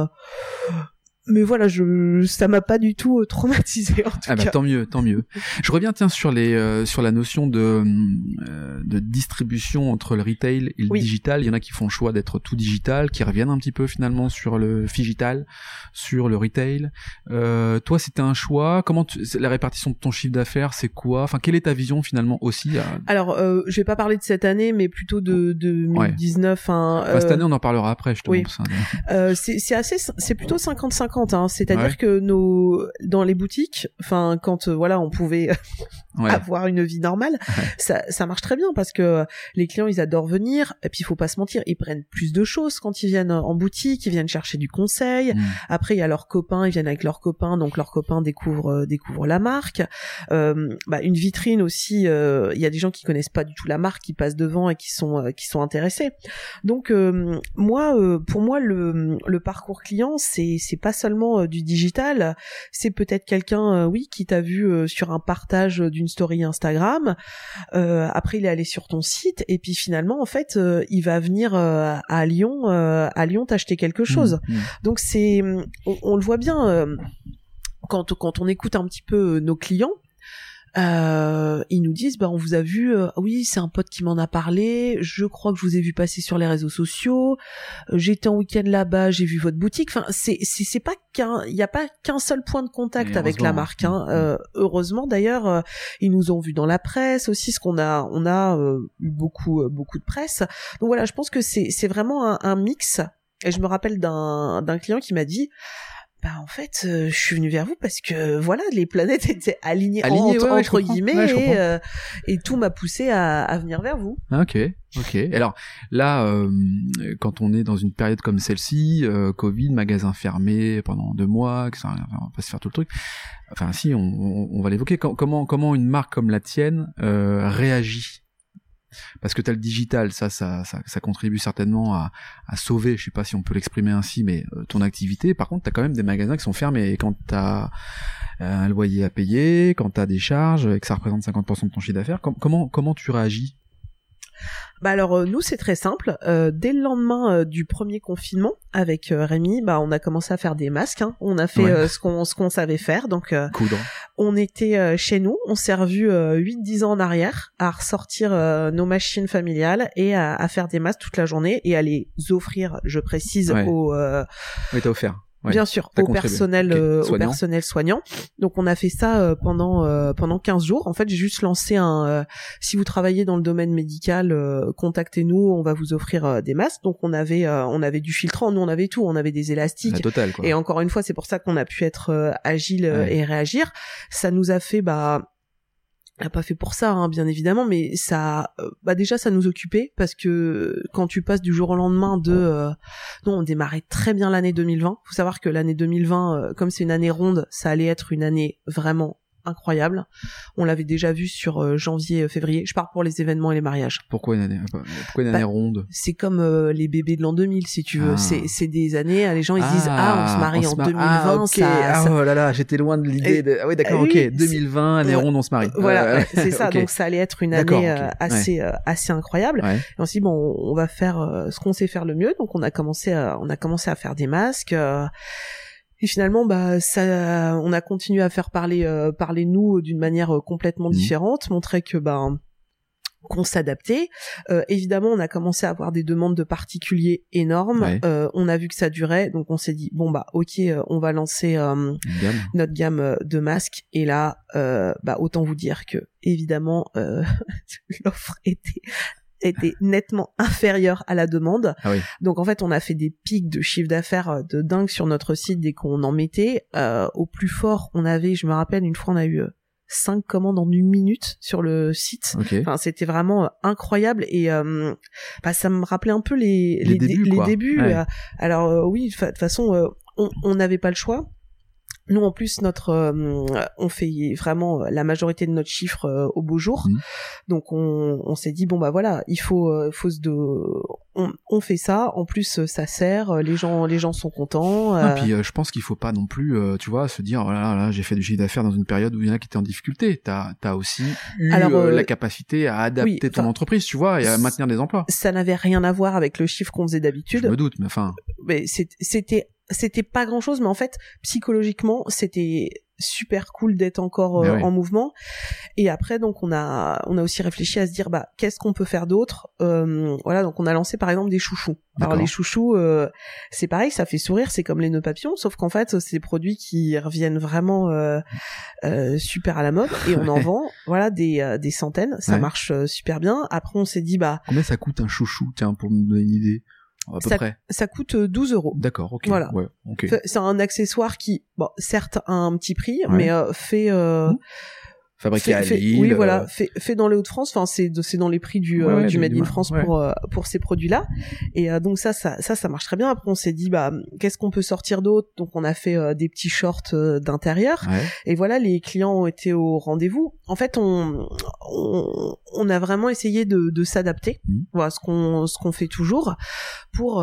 mais voilà, ça m'a pas du tout traumatisé en tout cas. Tant mieux. Je reviens sur la notion de distribution entre le retail et le digital. Il y en a qui font le choix d'être tout digital, qui reviennent un petit peu finalement sur le phygital, sur le retail. Toi, c'était un choix. La répartition de ton chiffre d'affaires, c'est quoi? Enfin, quelle est ta vision finalement aussi Alors, je vais pas parler de cette année, mais plutôt de 2019. Cette année, on en parlera après, je te montre ça. C'est plutôt 50-50. C'est-à-dire que dans les boutiques, quand on pouvait avoir une vie normale, ça marche très bien parce que les clients ils adorent venir, et puis il faut pas se mentir, ils prennent plus de choses quand ils viennent en boutique, ils viennent chercher du conseil. Après il y a leurs copains, ils viennent avec leurs copains, donc leurs copains découvrent la marque. Une vitrine aussi, il y a des gens qui connaissent pas du tout la marque, qui passent devant et qui sont intéressés. Donc pour moi le parcours client c'est pas seulement du digital, c'est peut-être quelqu'un qui t'a vu sur un partage d'une story Instagram, après il est allé sur ton site, et puis finalement en fait il va venir à Lyon t'acheter quelque chose. Donc on le voit bien quand on écoute un petit peu nos clients. Ils nous disent on vous a vu, oui c'est un pote qui m'en a parlé, je crois que je vous ai vu passer sur les réseaux sociaux, j'étais en week-end là-bas, j'ai vu votre boutique. C'est pas il y a pas qu'un seul point de contact avec la marque, heureusement d'ailleurs. Ils nous ont vus dans la presse aussi, parce qu'on a eu beaucoup de presse. Donc voilà, je pense que c'est vraiment un mix. Et je me rappelle d'un client qui m'a dit en fait, je suis venue vers vous parce que voilà, les planètes étaient alignées entre guillemets, et tout m'a poussé à venir vers vous. Ok. Ok. Alors là, quand on est dans une période comme celle-ci, Covid, magasin fermé pendant 2 mois, on va pas se faire tout le truc. Enfin, si, on va l'évoquer. Comment une marque comme la tienne réagit? Parce que t'as le digital, ça contribue certainement à sauver, je sais pas si on peut l'exprimer ainsi, mais ton activité. Par contre, t'as quand même des magasins qui sont fermés. Et quand t'as un loyer à payer, quand t'as des charges, et que ça représente 50% de ton chiffre d'affaires, comment tu réagis? Bah alors nous c'est très simple. Dès le lendemain du premier confinement avec Rémi, bah on a commencé à faire des masques. Hein. On a fait ce qu'on savait faire. Donc coudre. On était chez nous. On s'est revus 8-10 ans en arrière à ressortir nos machines familiales et à faire des masques toute la journée et à les offrir, je précise, aux. Oui, t'as offert. Ouais, bien sûr, au personnel soignant. Donc on a fait ça pendant 15 jours. En fait, j'ai juste lancé si vous travaillez dans le domaine médical, contactez-nous, on va vous offrir des masques. Donc on avait du filtrant, nous on avait tout, on avait des élastiques. La totale, quoi. Et encore une fois, c'est pour ça qu'on a pu être agile et réagir. Ça nous a fait on n'a pas fait pour ça, hein, bien évidemment, mais ça, déjà, ça nous occupait parce que quand tu passes du jour au lendemain nous, on démarrait très bien l'année 2020. Faut savoir que l'année 2020, comme c'est une année ronde, ça allait être une année vraiment incroyable. On l'avait déjà vu sur janvier, février. Je pars pour les événements et les mariages. Pourquoi une année ronde? C'est comme les bébés de l'an 2000, si tu veux. C'est des années, les gens ils se disent on se marie en 2020. Okay. Oh là là, j'étais loin de l'idée. Ah oui, d'accord, ok. 2020, année ronde, on se marie. Voilà, c'est ça. Okay. Donc ça allait être une année assez incroyable. Ouais. Et on s'est dit on va faire ce qu'on sait faire le mieux. Donc on a commencé à faire des masques. Et finalement, on a continué à faire parler nous d'une manière complètement différente, montrer que qu'on s'adaptait. Évidemment, on a commencé à avoir des demandes de particuliers énormes. Ouais. On a vu que ça durait, donc on s'est dit ok, on va lancer notre gamme de masques. Et là, autant vous dire que évidemment, l'offre était nettement inférieure à la demande. Ah oui. Donc en fait, on a fait des pics de chiffre d'affaires de dingue sur notre site dès qu'on en mettait. Au plus fort, je me rappelle, une fois, on a eu 5 commandes en 1 minute sur le site. Okay. Enfin, c'était vraiment incroyable et ça me rappelait un peu les débuts. Ouais. Alors oui, de toute façon, on n'avait pas le choix. Nous, en plus, on fait vraiment la majorité de notre chiffre au beau jour. Donc, on s'est dit, il faut on fait ça. En plus, ça sert. Les gens sont contents. Et puis, je pense qu'il faut pas non plus, se dire, là, j'ai fait du chiffre d'affaires dans une période où il y en a qui étaient en difficulté. T'as aussi eu la capacité à adapter ton entreprise, tu vois, et à maintenir des emplois. Ça n'avait rien à voir avec le chiffre qu'on faisait d'habitude. Je me doute, mais enfin. Mais c'était pas grand chose, mais en fait, psychologiquement, c'était super cool d'être encore en mouvement. Et après, donc, on a aussi réfléchi à se dire, qu'est-ce qu'on peut faire d'autre? Donc on a lancé, par exemple, des chouchous. D'accord. Alors, les chouchous, c'est pareil, ça fait sourire, c'est comme les nœuds papillons, sauf qu'en fait, c'est des produits qui reviennent vraiment, super à la mode, et on en vend, des centaines, ça marche super bien. Après, on s'est dit, combien ça coûte un chouchou, tiens, pour me donner une idée? À peu près. Ça coûte 12 €. D'accord, ok. Voilà. Ouais, okay. C'est un accessoire qui, certes, a un petit prix, mais fait fabriqué à Lille. Oui, voilà, fait dans les Hauts-de-France. Enfin, c'est dans les prix du Made in France pour ces produits-là. Et donc ça marche très bien. Après, on s'est dit, qu'est-ce qu'on peut sortir d'autre? Donc, on a fait des petits shorts d'intérieur. Ouais. Et voilà, les clients ont été au rendez-vous. En fait, on a vraiment essayé de s'adapter. Voilà, ce qu'on fait toujours pour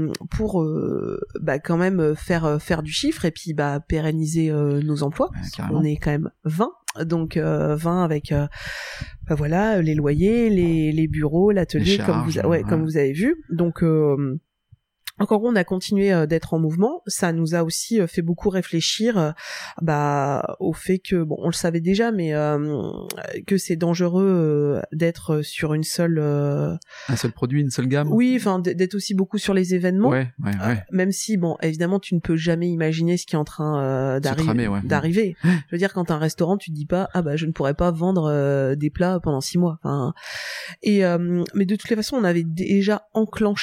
quand même faire du chiffre et puis pérenniser nos emplois. On est quand même 20. Donc 20 avec les loyers, les bureaux, l'atelier, comme vous avez vu. Donc encore on a continué d'être en mouvement. Ça nous a aussi fait beaucoup réfléchir au fait que on le savait déjà, mais que c'est dangereux d'être sur un seul produit, une seule gamme. Oui, enfin d'être aussi beaucoup sur les événements. Même si évidemment tu ne peux jamais imaginer ce qui est en train d'arriver. Je veux dire, quand t'as un restaurant, tu te dis pas je ne pourrais pas vendre des plats pendant 6 mois. Enfin, mais de toutes les façons, on avait déjà enclenché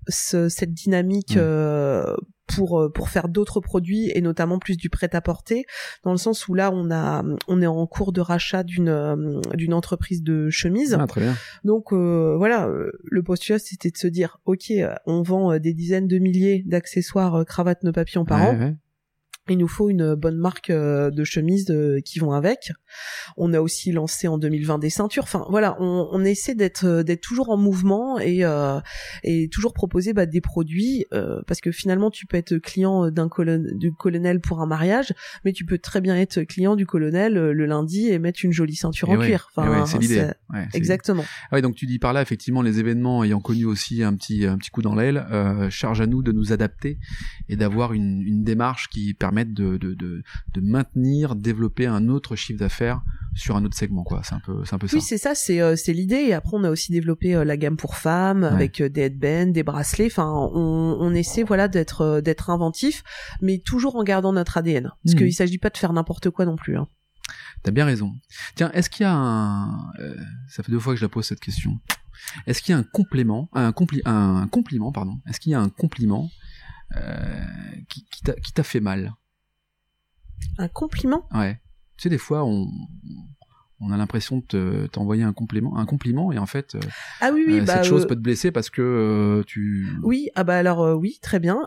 cette dynamique pour faire d'autres produits et notamment plus du prêt-à-porter, dans le sens où là on est en cours de rachat d'une entreprise de chemises. Très bien. Donc voilà, le postulat c'était de se dire ok, on vend des dizaines de milliers d'accessoires cravates nœuds papillons par an. Ouais. Il nous faut une bonne marque de chemises qui vont avec. On a aussi lancé en 2020 des ceintures. Enfin voilà, on essaie d'être toujours en mouvement et toujours proposer des produits parce que finalement tu peux être client du colonel pour un mariage, mais tu peux très bien être client du colonel le lundi et mettre une jolie ceinture en cuir. Enfin, c'est l'idée. Exactement. Ouais, donc tu dis par là effectivement les événements ayant connu aussi un petit coup dans l'aile, charge à nous de nous adapter et d'avoir une démarche qui permet de maintenir, développer un autre chiffre d'affaires sur un autre segment, quoi. C'est un peu ça. Oui, c'est ça, c'est l'idée. Et après, on a aussi développé la gamme pour femmes avec des headbands, des bracelets. Enfin, on essaie, voilà, d'être inventif, mais toujours en gardant notre ADN. Parce qu'il s'agit pas de faire n'importe quoi non plus, hein. T'as bien raison. Tiens, est-ce qu'il y a ça fait 2 fois que je la pose cette question. Est-ce qu'il y a un compliment, pardon. Est-ce qu'il y a un compliment qui t'a fait mal? Un compliment? Ouais. Tu sais, des fois, on a l'impression de t'envoyer un compliment et en fait, cette chose peut te blesser parce que tu... Oui, alors oui, très bien.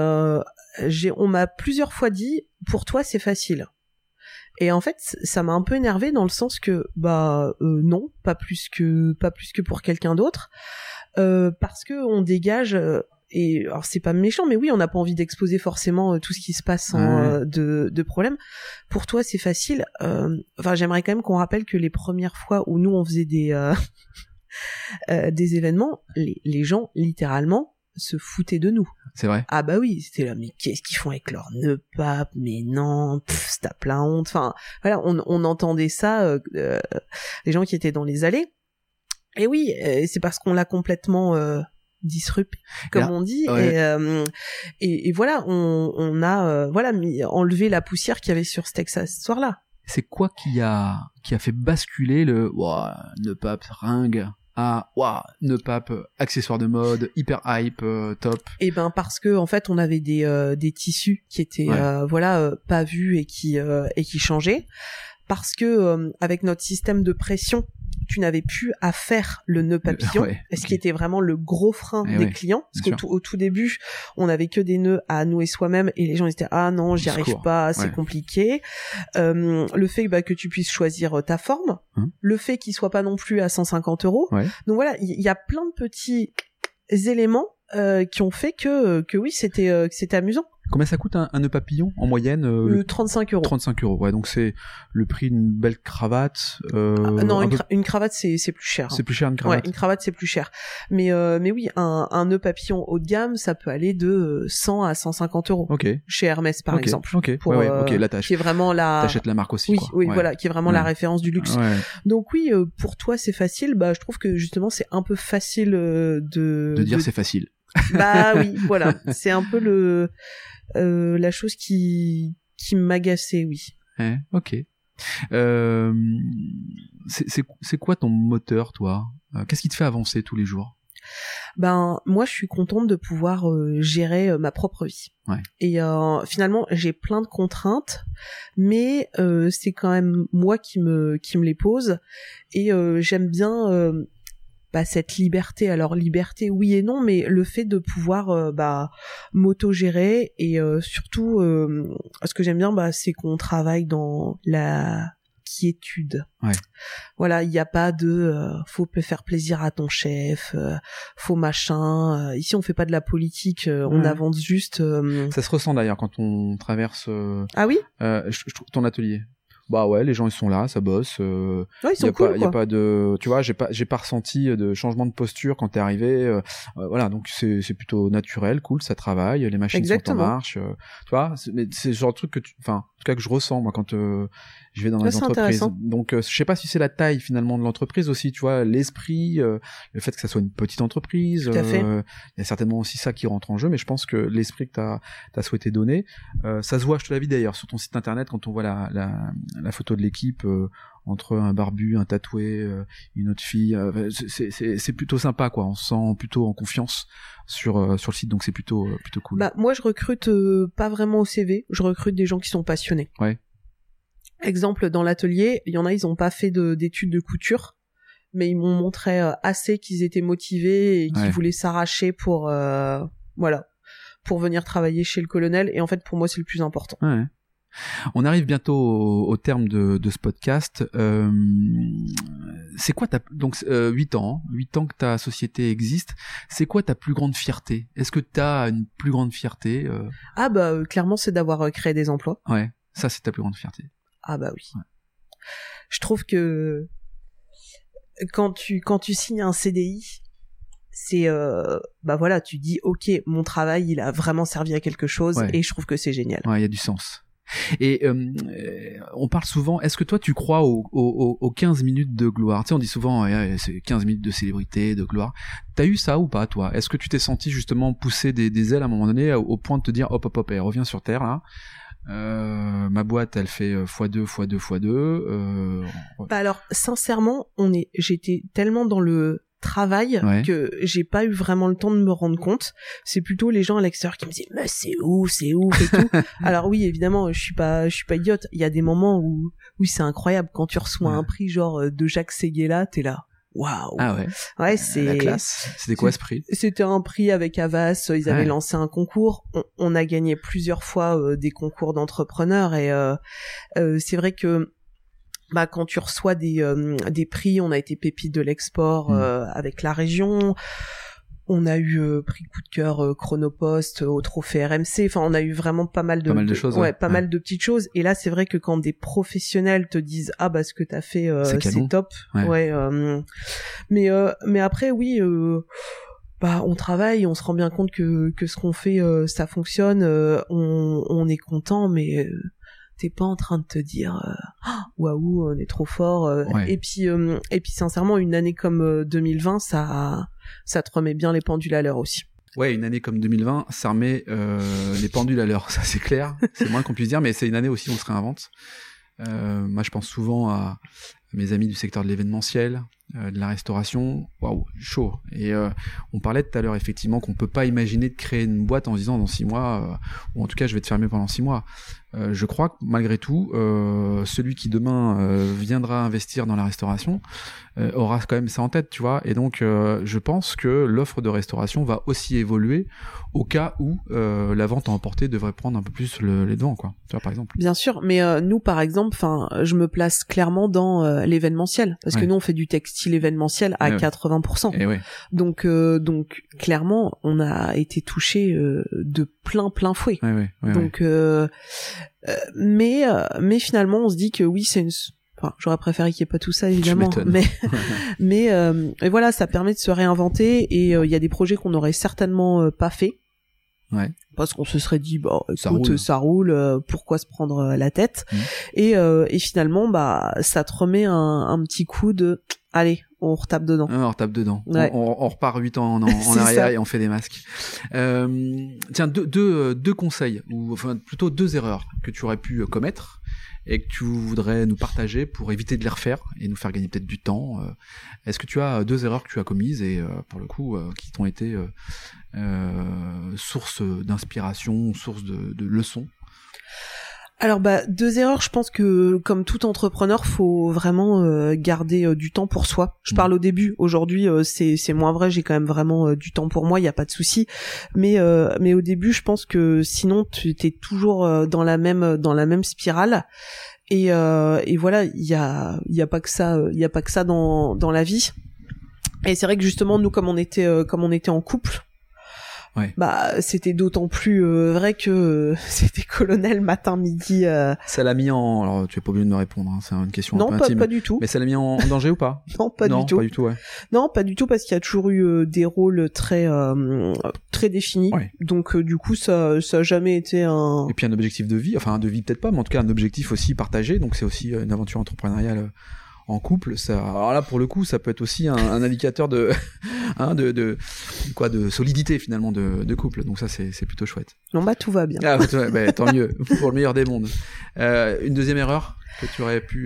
On m'a plusieurs fois dit, pour toi, c'est facile. Et en fait, ça m'a un peu énervée dans le sens que, non, pas plus que pour quelqu'un d'autre, parce que on dégage... Et alors c'est pas méchant, mais oui, on n'a pas envie d'exposer forcément tout ce qui se passe de problèmes. Pour toi, c'est facile. J'aimerais quand même qu'on rappelle que les premières fois où nous on faisait des événements, les gens littéralement se foutaient de nous. C'est vrai. Ah bah oui, c'était là, mais qu'est-ce qu'ils font avec leur nœud pape? Mais non, c'est plein honte. Enfin voilà, on entendait ça, les gens qui étaient dans les allées. Et oui, c'est parce qu'on l'a complètement disrupé, comme on dit, et voilà, on a enlevé la poussière qu'il y avait sur cet accessoire-là. C'est quoi qui a fait basculer le nœud pape ringue à nœud pape accessoire de mode hyper hype top? Et parce que en fait on avait des tissus qui étaient pas vus et qui changeaient, parce que avec notre système de pression tu n'avais plus à faire le nœud papillon, ce qui était vraiment le gros frein des clients, parce qu'au tout début, on avait que des nœuds à nouer soi-même, et les gens étaient ah non, j'y arrive pas, c'est compliqué. Le fait que tu puisses choisir ta forme, le fait qu'il soit pas non plus à 150 €. Donc voilà, il y a plein de petits éléments qui ont fait que oui, c'était amusant. Combien ça coûte un nœud papillon en moyenne? 35 €. 35 €, ouais, donc c'est le prix d'une belle cravate. Non, une cravate c'est plus cher. C'est plus cher une cravate. Ouais, une cravate c'est plus cher. Mais oui, un nœud papillon haut de gamme, ça peut aller de 100 à 150 €. Ok. Chez Hermès par exemple. Ok. Pour, là qui est vraiment la. T'achètes la marque aussi. Oui, voilà, qui est vraiment la référence du luxe. Ouais. Donc oui, pour toi c'est facile. Je trouve que justement c'est un peu facile de dire c'est facile. Oui, voilà, c'est un peu la chose qui m'agaçait, oui. Ok. C'est quoi ton moteur, toi? Qu'est-ce qui te fait avancer tous les jours? Moi je suis contente de pouvoir gérer ma propre vie. Et finalement j'ai plein de contraintes, mais c'est quand même moi qui me les pose, et j'aime bien cette liberté. Alors liberté oui et non, mais le fait de pouvoir m'auto-gérer, et surtout ce que j'aime bien c'est qu'on travaille dans la quiétude. Voilà, il n'y a pas de faut faire plaisir à ton chef, faut machin. Ici on fait pas de la politique, on avance juste. Ça se ressent d'ailleurs quand on traverse Ah oui, je trouve ton atelier. Les gens ils sont là, ça bosse. Ils sont cool, y a pas de, tu vois, j'ai pas ressenti de changement de posture quand t'es arrivé. Voilà, donc c'est plutôt naturel, cool, ça travaille, les machines sont en marche. Tu vois, c'est le genre de truc en tout cas que je ressens moi quand je vais dans les entreprises. Donc, je sais pas si c'est la taille finalement de l'entreprise aussi, tu vois, l'esprit, le fait que ça soit une petite entreprise. Tout à fait. Il y a certainement aussi ça qui rentre en jeu, mais je pense que l'esprit que t'as souhaité donner, ça se voit, je te l'avais dit d'ailleurs, sur ton site internet quand on voit la photo de l'équipe. Entre un barbu, un tatoué, une autre fille, c'est plutôt sympa quoi. On se sent plutôt en confiance sur le site, donc c'est plutôt cool. Bah moi je recrute pas vraiment au CV, je recrute des gens qui sont passionnés. Ouais. Exemple, dans l'atelier, il y en a, ils ont pas fait d'études de couture, mais ils m'ont montré assez qu'ils étaient motivés et qu'ils voulaient s'arracher pour pour venir travailler chez le colonel. Et en fait, pour moi, c'est le plus important. Ouais. On arrive bientôt au terme de ce podcast. C'est quoi donc 8 ans que ta société existe. C'est quoi ta plus grande fierté? Est-ce que t'as une plus grande fierté Ah bah clairement, c'est d'avoir créé des emplois. Ouais, ça c'est ta plus grande fierté. Ah bah oui. Ouais. Je trouve que quand tu signes un CDI, c'est bah voilà, tu dis OK, mon travail, il a vraiment servi à quelque chose et je trouve que c'est génial. Ouais, il y a du sens. Et on parle souvent, est-ce que toi tu crois aux 15 minutes de gloire? Tu sais, on dit souvent c'est 15 minutes de célébrité, de gloire. T'as eu ça ou pas toi? Est-ce que tu t'es senti justement pousser des ailes à un moment donné au point de te dire hop, reviens sur terre là, ma boîte elle fait x2. Bah alors sincèrement, j'étais tellement dans le travail que j'ai pas eu vraiment le temps de me rendre compte. C'est plutôt les gens à l'extérieur qui me disaient mais c'est ouf et tout. Alors oui, évidemment, je suis pas idiote. Il y a des moments où oui, c'est incroyable quand tu reçois un prix genre de Jacques Séguéla, t'es là. Waouh. Ah ouais. Ouais, c'est la classe. C'était quoi ce prix? C'était un prix avec Havas, ils avaient lancé un concours. On a gagné plusieurs fois des concours d'entrepreneurs et c'est vrai que bah quand tu reçois des prix, on a été pépite de l'export avec la région. On a eu prix coup de cœur Chronopost au trophée RMC. Enfin, on a eu vraiment pas mal de choses. Pas mal de petites choses. Et là, c'est vrai que quand des professionnels te disent ah bah ce que t'as fait c'est top. Mais après oui. Bah on travaille, on se rend bien compte que ce qu'on fait ça fonctionne. On est content, mais t'es pas en train de te dire waouh on est trop fort et puis sincèrement une année comme 2020 ça te remet bien les pendules à l'heure aussi. Ouais, une année comme 2020 ça remet les pendules à l'heure, ça c'est clair, c'est moins qu'on puisse dire, mais c'est une année aussi où on se réinvente. Moi je pense souvent à mes amis du secteur de l'événementiel, de la restauration, waouh, chaud. Et on parlait tout à l'heure effectivement qu'on peut pas imaginer de créer une boîte en se disant dans 6 mois, ou en tout cas je vais te fermer pendant 6 mois. Je crois que malgré tout, celui qui demain viendra investir dans la restauration aura quand même ça en tête, tu vois. Et donc, je pense que l'offre de restauration va aussi évoluer au cas où la vente à emporter devrait prendre un peu plus les devants, quoi. Tu vois, par exemple. Bien sûr, mais nous, par exemple, je me place clairement dans l'événementiel, parce que nous, on fait du textile événementiel à 80%. Et donc, clairement, on a été touché de plein fouet. Donc, mais finalement, on se dit que oui, enfin, j'aurais préféré qu'il n'y ait pas tout ça, évidemment. Mais et voilà, ça permet de se réinventer et il y a des projets qu'on n'aurait certainement pas fait. Ouais. Parce qu'on se serait dit, bah, écoute, ça roule, pourquoi se prendre la tête? Et finalement, bah, ça te remet un petit coup de, allez, on retape dedans. On retape dedans. Ouais. On repart 8 ans en arrière et on fait des masques. Tiens, deux conseils, ou enfin plutôt 2 erreurs que tu aurais pu commettre et que tu voudrais nous partager pour éviter de les refaire et nous faire gagner peut-être du temps. Est-ce que tu as 2 erreurs que tu as commises et pour le coup qui t'ont été source d'inspiration, source de leçons? Alors bah 2 erreurs, je pense que comme tout entrepreneur, faut vraiment garder du temps pour soi. Je parle au début, aujourd'hui c'est moins vrai, j'ai quand même vraiment du temps pour moi, il y a pas de souci. Mais au début, je pense que sinon tu t'es toujours dans la même spirale. Et voilà, il y a pas que ça dans la vie. Et c'est vrai que justement nous comme on était en couple, Ouais. Bah, c'était d'autant plus vrai que c'était colonel matin, midi. Ça l'a mis en... Alors, tu es pas obligé de me répondre, hein, c'est une question non, un peu intime. pas du tout. Mais ça l'a mis en danger ou pas? Non, pas du tout. Pas du tout, ouais. Non, pas du tout, parce qu'il y a toujours eu des rôles très définis. Ouais. Donc, du coup, ça a jamais été un... Et puis un objectif de vie, enfin un de vie peut-être pas, mais en tout cas un objectif aussi partagé, donc c'est aussi une aventure entrepreneuriale en couple. Ça, alors là pour le coup ça peut être aussi un indicateur de de solidité finalement de couple, donc ça c'est plutôt chouette. Non, bah tout va bien. Ah bah, tant mieux, pour le meilleur des mondes. Une deuxième erreur que tu aurais pu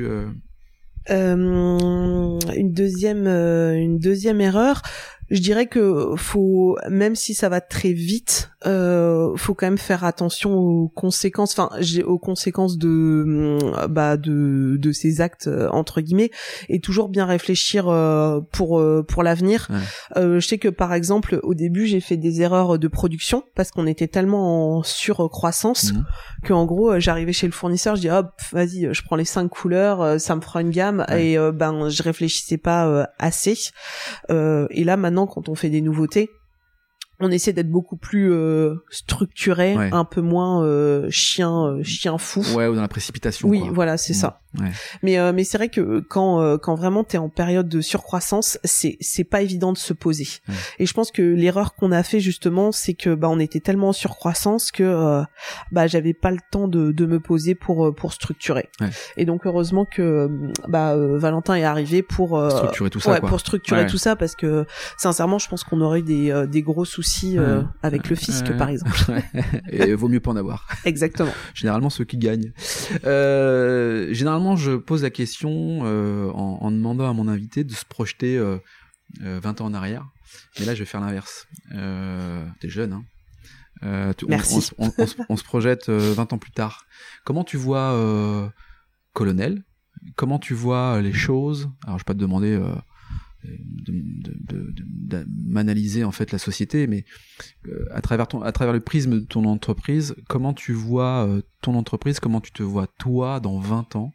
une deuxième erreur, je dirais que faut, même si ça va très vite, faut quand même faire attention aux conséquences, aux conséquences de ces actes entre guillemets, et toujours bien réfléchir pour l'avenir. Ouais. Je sais que par exemple au début j'ai fait des erreurs de production parce qu'on était tellement en surcroissance que en gros j'arrivais chez le fournisseur, je dis hop vas-y je prends les 5 couleurs, ça me fera une gamme. Ouais. Et je réfléchissais pas assez. Et là maintenant quand on fait des nouveautés, on essaie d'être beaucoup plus structuré, ouais. Un peu moins chien fou. Ouais, ou dans la précipitation. Oui, quoi. Voilà, c'est ça. Ouais. Mais c'est vrai que quand vraiment t'es en période de surcroissance, c'est pas évident de se poser. Ouais. Et je pense que l'erreur qu'on a fait justement, c'est que on était tellement en surcroissance que j'avais pas le temps de me poser pour structurer. Ouais. Et donc heureusement que Valentin est arrivé pour structurer tout ça. Ouais, pour structurer tout ça, parce que sincèrement, je pense qu'on aurait eu des gros soucis avec le fisc par exemple. Et vaut mieux pas en avoir. Exactement. Généralement ceux qui gagnent. Généralement je pose la question en demandant à mon invité de se projeter 20 ans en arrière, mais là je vais faire l'inverse. T'es jeune, hein. Merci. On se projette 20 ans plus tard. Comment tu vois colonel? Comment tu vois les choses? Alors je vais pas te demander de m'analyser en fait la société, mais à travers le prisme de ton entreprise, comment tu vois ton entreprise, comment tu te vois toi dans 20 ans,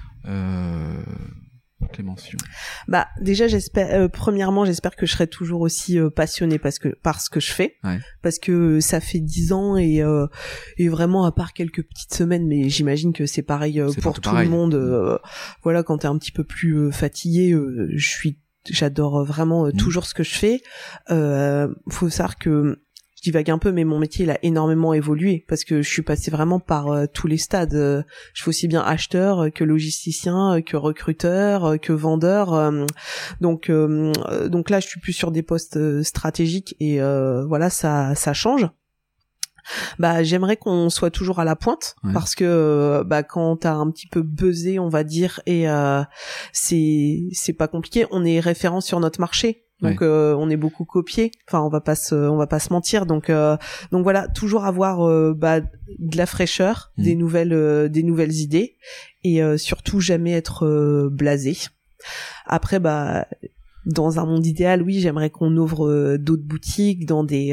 Clémention? Déjà premièrement j'espère que je serai toujours aussi passionnée par ce que je fais, ouais. Parce que ça fait 10 ans et vraiment à part quelques petites semaines, mais j'imagine que c'est pareil pour tout le monde. Voilà, quand t'es un petit peu plus fatigué, j'adore vraiment toujours ce que je fais. Faut savoir que je divague un peu, mais mon métier il a énormément évolué parce que je suis passée vraiment par tous les stades. Je fais aussi bien acheteur que logisticien, que recruteur, que vendeur. Donc là, je suis plus sur des postes stratégiques et voilà, ça change. J'aimerais qu'on soit toujours à la pointe, ouais. Parce que quand t'as un petit peu buzzé, on va dire, et c'est pas compliqué, on est référent sur notre marché. Donc ouais. On est beaucoup copié, enfin on va pas se mentir, donc voilà, toujours avoir de la fraîcheur, des nouvelles idées, et surtout jamais être blasé. Après dans un monde idéal, oui, j'aimerais qu'on ouvre d'autres boutiques dans des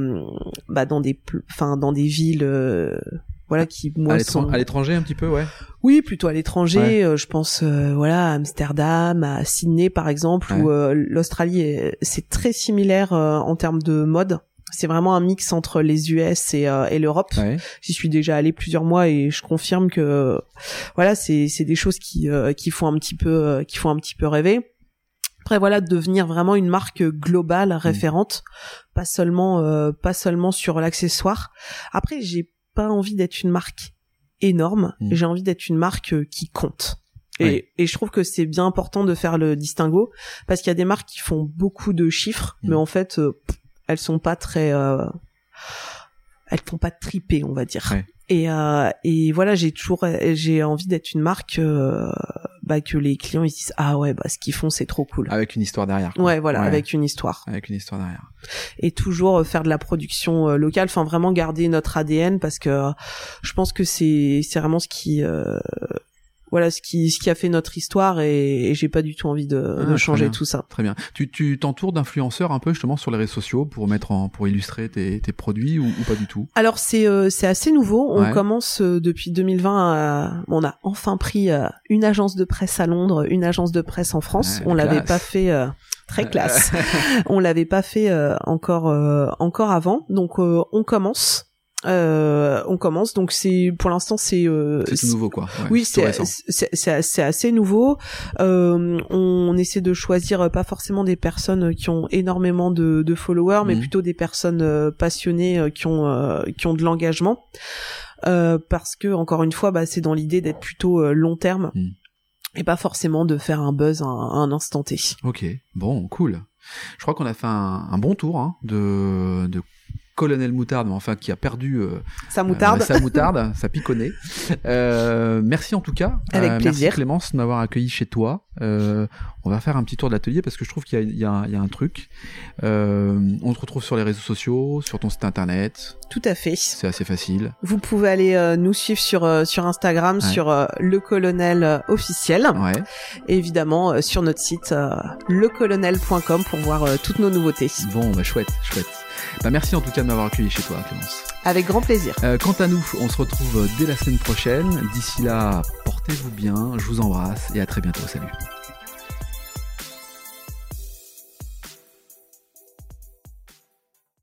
villes voilà, qui moi à l'étranger un petit peu, ouais. Oui, plutôt à l'étranger. Ouais. Je pense à Amsterdam, à Sydney par exemple, ouais. Où l'Australie c'est très similaire en termes de mode. C'est vraiment un mix entre les US et l'Europe. Ouais. J'y suis déjà allée plusieurs mois et je confirme que voilà, c'est des choses qui font un petit peu rêver. Après voilà, devenir vraiment une marque globale référente, pas seulement sur l'accessoire. Après j'ai pas envie d'être une marque énorme, j'ai envie d'être une marque qui compte. Et je trouve que c'est bien important de faire le distinguo, parce qu'il y a des marques qui font beaucoup de chiffres, mais en fait elles sont pas très elles font pas triper, on va dire. Ouais. Et voilà, j'ai envie d'être une marque que les clients ils se disent ah ouais, ce qu'ils font c'est trop cool. Avec une histoire derrière. Quoi. Ouais, voilà, ouais. Avec une histoire derrière. Et toujours faire de la production locale, enfin vraiment garder notre ADN, parce que je pense que c'est vraiment ce qui a fait notre histoire, et j'ai pas du tout envie de changer tout ça. Très bien. Tu t'entoures d'influenceurs un peu justement sur les réseaux sociaux pour illustrer tes produits ou pas du tout? Alors c'est assez nouveau. On commence depuis 2020 on a enfin pris une agence de presse à Londres, une agence de presse en France. On l'avait pas fait très classe. On l'avait pas fait encore avant, donc on commence. Donc c'est pour l'instant c'est tout nouveau quoi. Ouais, oui, c'est assez nouveau. On essaie de choisir pas forcément des personnes qui ont énormément de followers, mais plutôt des personnes passionnées qui ont de l'engagement. Parce que encore une fois, c'est dans l'idée d'être plutôt long terme et pas forcément de faire un buzz à un instant T. Ok, bon, cool. Je crois qu'on a fait un bon tour de Colonel Moutarde, mais enfin qui a perdu sa moutarde, sa piconée. Merci en tout cas. Avec plaisir. Merci Clémence de m'avoir accueilli chez toi. On va faire un petit tour de l'atelier parce que je trouve qu'il y a un truc. On te retrouve sur les réseaux sociaux, sur ton site internet. Tout à fait. C'est assez facile. Vous pouvez aller nous suivre sur Instagram, sur le Colonel officiel. Ouais. Et évidemment sur notre site lecolonel.com pour voir toutes nos nouveautés. Bon, chouette. Merci en tout cas de m'avoir accueilli chez toi, Clémence. Avec grand plaisir. Quant à nous, on se retrouve dès la semaine prochaine. D'ici là, portez-vous bien, je vous embrasse et à très bientôt. Salut.